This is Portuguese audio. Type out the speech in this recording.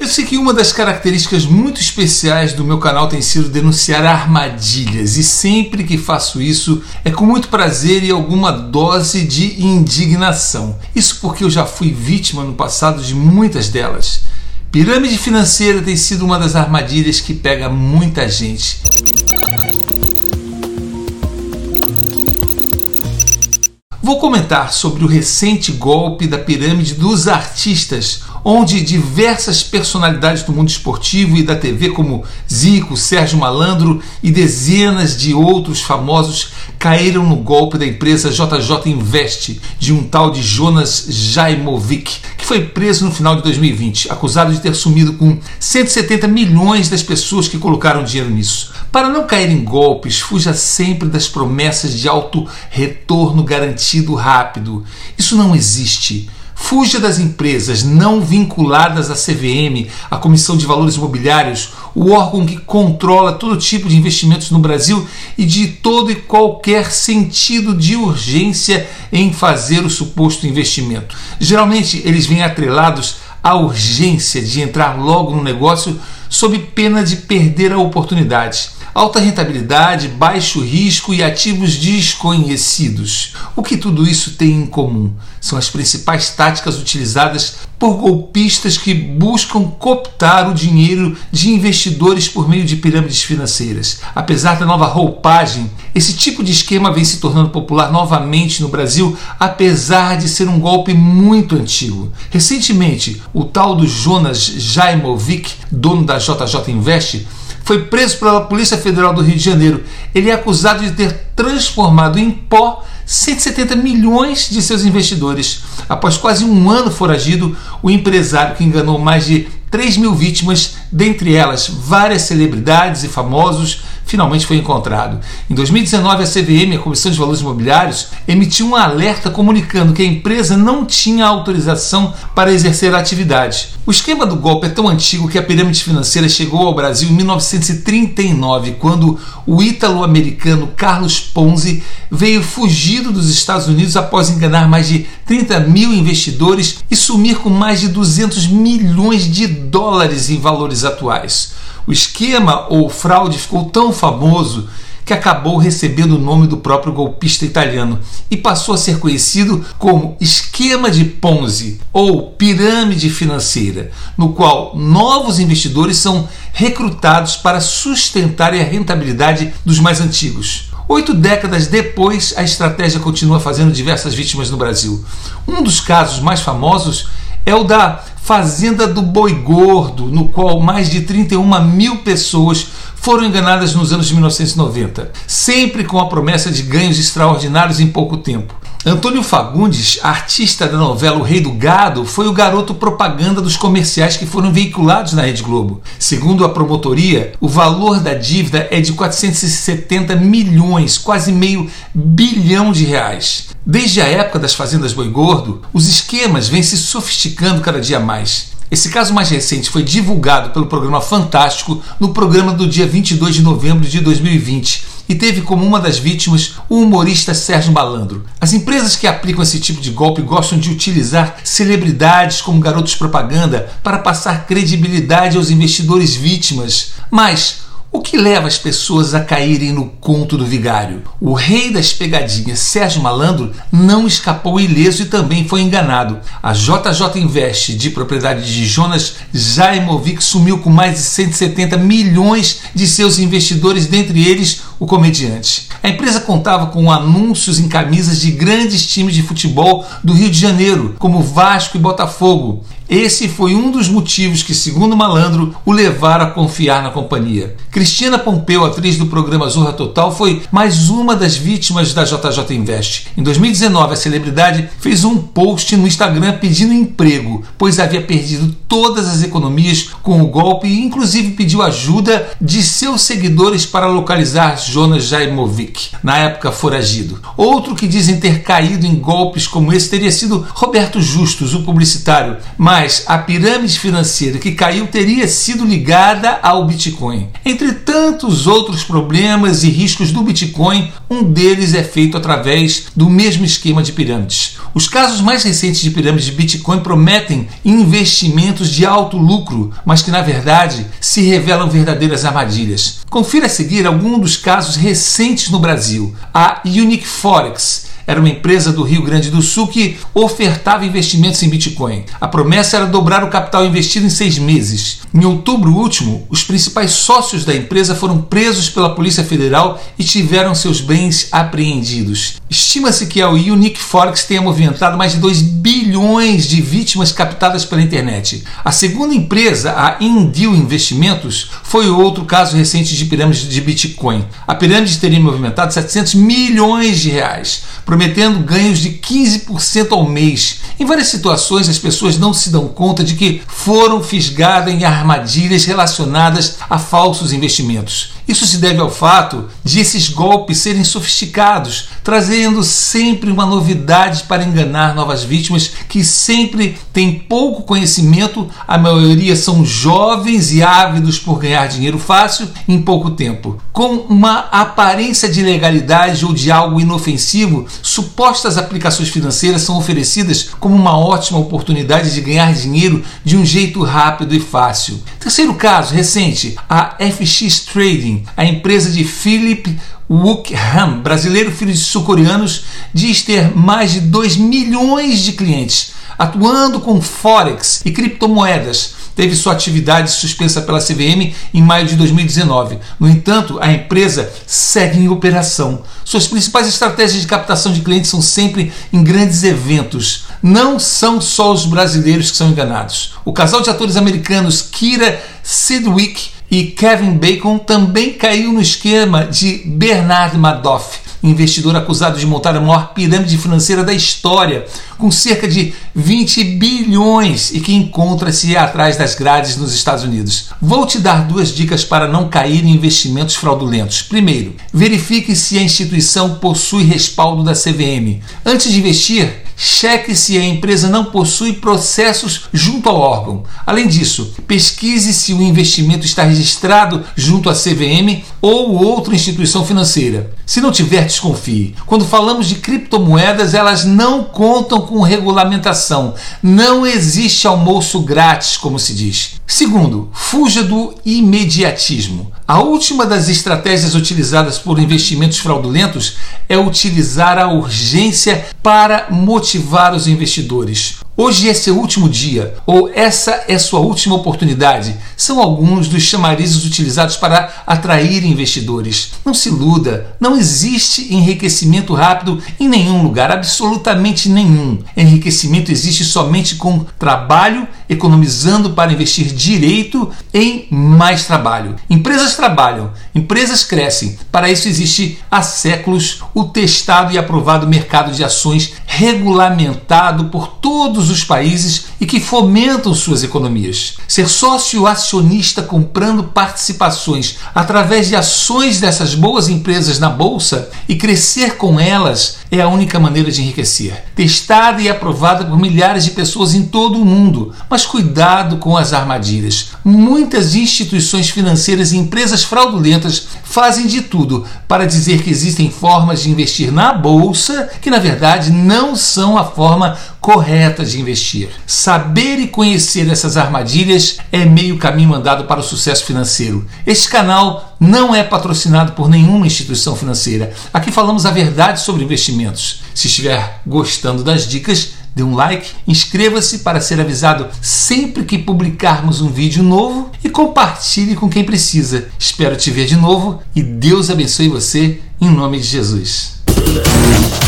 Lembre-se que uma das características muito especiais do meu canal tem sido denunciar armadilhas, e sempre que faço isso é com muito prazer e alguma dose de indignação. Isso porque eu já fui vítima no passado de muitas delas. Pirâmide financeira tem sido uma das armadilhas que pega muita gente. Vou comentar sobre o recente golpe da pirâmide dos artistas, onde diversas personalidades do mundo esportivo e da TV, como Zico, Sérgio Malandro e dezenas de outros famosos, caíram no golpe da empresa JJ Invest, de um tal de Jonas Zaimovic, que foi preso no final de 2020, acusado de ter sumido com 170 milhões das pessoas que colocaram dinheiro nisso. Para não cair em golpes, fuja sempre das promessas de alto retorno garantido rápido. Isso não existe. Fuja das empresas não vinculadas à CVM, a Comissão de Valores Imobiliários, o órgão que controla todo tipo de investimentos no Brasil, e de todo e qualquer sentido de urgência em fazer o suposto investimento. Geralmente eles vêm atrelados à urgência de entrar logo no negócio sob pena de perder a oportunidade. Alta rentabilidade, baixo risco e ativos desconhecidos. O que tudo isso tem em comum? São as principais táticas utilizadas por golpistas que buscam cooptar o dinheiro de investidores por meio de pirâmides financeiras. Apesar da nova roupagem, esse tipo de esquema vem se tornando popular novamente no Brasil, apesar de ser um golpe muito antigo. Recentemente, o tal do Jonas Zaimovic, dono da JJ Invest, foi preso pela Polícia Federal do Rio de Janeiro. Ele é acusado de ter transformado em pó 170 milhões de seus investidores. Após quase um ano foragido, o empresário, que enganou mais de 3 mil vítimas, dentre elas várias celebridades e famosos, finalmente foi encontrado. Em 2019, a CVM, a Comissão de Valores Imobiliários, emitiu um alerta comunicando que a empresa não tinha autorização para exercer a atividade. O esquema do golpe é tão antigo que a pirâmide financeira chegou ao Brasil em 1939, quando o ítalo-americano Carlos Ponzi veio fugido dos Estados Unidos após enganar mais de 30 mil investidores e sumir com mais de 200 milhões de dólares em valores atuais. O esquema ou fraude ficou tão famoso que acabou recebendo o nome do próprio golpista italiano e passou a ser conhecido como esquema de Ponzi ou pirâmide financeira, no qual novos investidores são recrutados para sustentarem a rentabilidade dos mais antigos. 8 décadas depois, a estratégia continua fazendo diversas vítimas no Brasil. Um dos casos mais famosos é o da Fazenda do Boi Gordo, no qual mais de 31 mil pessoas foram enganadas nos anos de 1990, sempre com a promessa de ganhos extraordinários em pouco tempo. Antônio Fagundes, artista da novela O Rei do Gado, foi o garoto propaganda dos comerciais que foram veiculados na Rede Globo. Segundo a promotoria, o valor da dívida é de 470 milhões, quase meio bilhão de reais. Desde a época das fazendas Boi Gordo, os esquemas vêm se sofisticando cada dia mais. Esse caso mais recente foi divulgado pelo programa Fantástico no programa do dia 22 de novembro de 2020 e teve como uma das vítimas o humorista Sérgio Malandro. As empresas que aplicam esse tipo de golpe gostam de utilizar celebridades como garotos propaganda para passar credibilidade aos investidores vítimas. Mas o que leva as pessoas a caírem no conto do vigário? O rei das pegadinhas, Sérgio Malandro, não escapou ileso e também foi enganado. A JJ Invest, de propriedade de Jonas Zaimovic, sumiu com mais de 170 milhões de seus investidores, dentre eles o comediante. A empresa contava com anúncios em camisas de grandes times de futebol do Rio de Janeiro, como Vasco e Botafogo. Esse foi um dos motivos que, segundo Malandro, o levaram a confiar na companhia. Cristina Pompeu, atriz do programa Zorra Total, foi mais uma das vítimas da JJ Invest. Em 2019, a celebridade fez um post no Instagram pedindo emprego, pois havia perdido todas as economias com o golpe e inclusive pediu ajuda de seus seguidores para localizar Jonas Zaimovic, na época foragido. Outro que dizem ter caído em golpes como esse teria sido Roberto Justus, o publicitário, mas mas a pirâmide financeira que caiu teria sido ligada ao Bitcoin. Entre tantos outros problemas e riscos do Bitcoin, um deles é feito através do mesmo esquema de pirâmides. Os casos mais recentes de pirâmides de Bitcoin prometem investimentos de alto lucro, mas que na verdade se revelam verdadeiras armadilhas. Confira a seguir alguns dos casos recentes no Brasil. A Unique Forex era uma empresa do Rio Grande do Sul que ofertava investimentos em Bitcoin. A promessa era dobrar o capital investido em 6 meses. Em outubro último, os principais sócios da empresa foram presos pela Polícia Federal e tiveram seus bens apreendidos. Estima-se que a Unique Forex tenha movimentado mais de 2 bilhões de vítimas captadas pela internet. A segunda empresa, a Indeal Investimentos, foi outro caso recente de pirâmide de Bitcoin. A pirâmide teria movimentado 700 milhões de reais, prometendo ganhos de 15% ao mês. Em várias situações, as pessoas não se dão conta de que foram fisgadas em armadilhas relacionadas a falsos investimentos. Isso se deve ao fato de esses golpes serem sofisticados, trazendo sempre uma novidade para enganar novas vítimas que sempre têm pouco conhecimento. A maioria são jovens e ávidos por ganhar dinheiro fácil em pouco tempo. Com uma aparência de legalidade ou de algo inofensivo, supostas aplicações financeiras são oferecidas como uma ótima oportunidade de ganhar dinheiro de um jeito rápido e fácil. Terceiro caso recente, a FX Trading, a empresa de Philip Wook Ham, brasileiro filho de sul-coreanos, diz ter mais de 2 milhões de clientes, atuando com Forex e criptomoedas. Teve sua atividade suspensa pela CVM em maio de 2019. No entanto, a empresa segue em operação. Suas principais estratégias de captação de clientes são sempre em grandes eventos. Não são só os brasileiros que são enganados. O casal de atores americanos Kira Sedgwick e Kevin Bacon também caiu no esquema de Bernard Madoff, investidor acusado de montar a maior pirâmide financeira da história, com cerca de 20 bilhões e que encontra-se atrás das grades nos Estados Unidos. Vou te dar 2 dicas para não cair em investimentos fraudulentos. Primeiro, verifique se a instituição possui respaldo da CVM. Antes de investir, cheque se a empresa não possui processos junto ao órgão. Além disso, pesquise se o investimento está registrado junto à CVM ou outra instituição financeira. Se não tiver, desconfie. Quando falamos de criptomoedas, elas não contam com regulamentação. Não existe almoço grátis, como se diz. Segundo, fuja do imediatismo. A última das estratégias utilizadas por investimentos fraudulentos é utilizar a urgência para motivar os investidores. Hoje é seu último dia, ou essa é sua última oportunidade. São alguns dos chamarizes utilizados para atrair investidores. Não se iluda, não existe enriquecimento rápido em nenhum lugar, absolutamente nenhum. Enriquecimento existe somente com trabalho, economizando para investir direito em mais trabalho. Empresas trabalham, empresas crescem. Para isso existe há séculos o testado e aprovado mercado de ações regulamentado por todos os países e que fomentam suas economias. Ser sócio acionista comprando participações através de ações dessas boas empresas na bolsa e crescer com elas é a única maneira de enriquecer. Testada e aprovada por milhares de pessoas em todo o mundo. Mas cuidado com as armadilhas. Muitas instituições financeiras e empresas fraudulentas fazem de tudo para dizer que existem formas de investir na bolsa que na verdade não são a forma correta de investir. Saber e conhecer essas armadilhas é meio caminho andado para o sucesso financeiro. Este canal não é patrocinado por nenhuma instituição financeira. Aqui falamos a verdade sobre investimentos. Se estiver gostando das dicas, dê um like, inscreva-se para ser avisado sempre que publicarmos um vídeo novo e compartilhe com quem precisa. Espero te ver de novo e Deus abençoe você em nome de Jesus.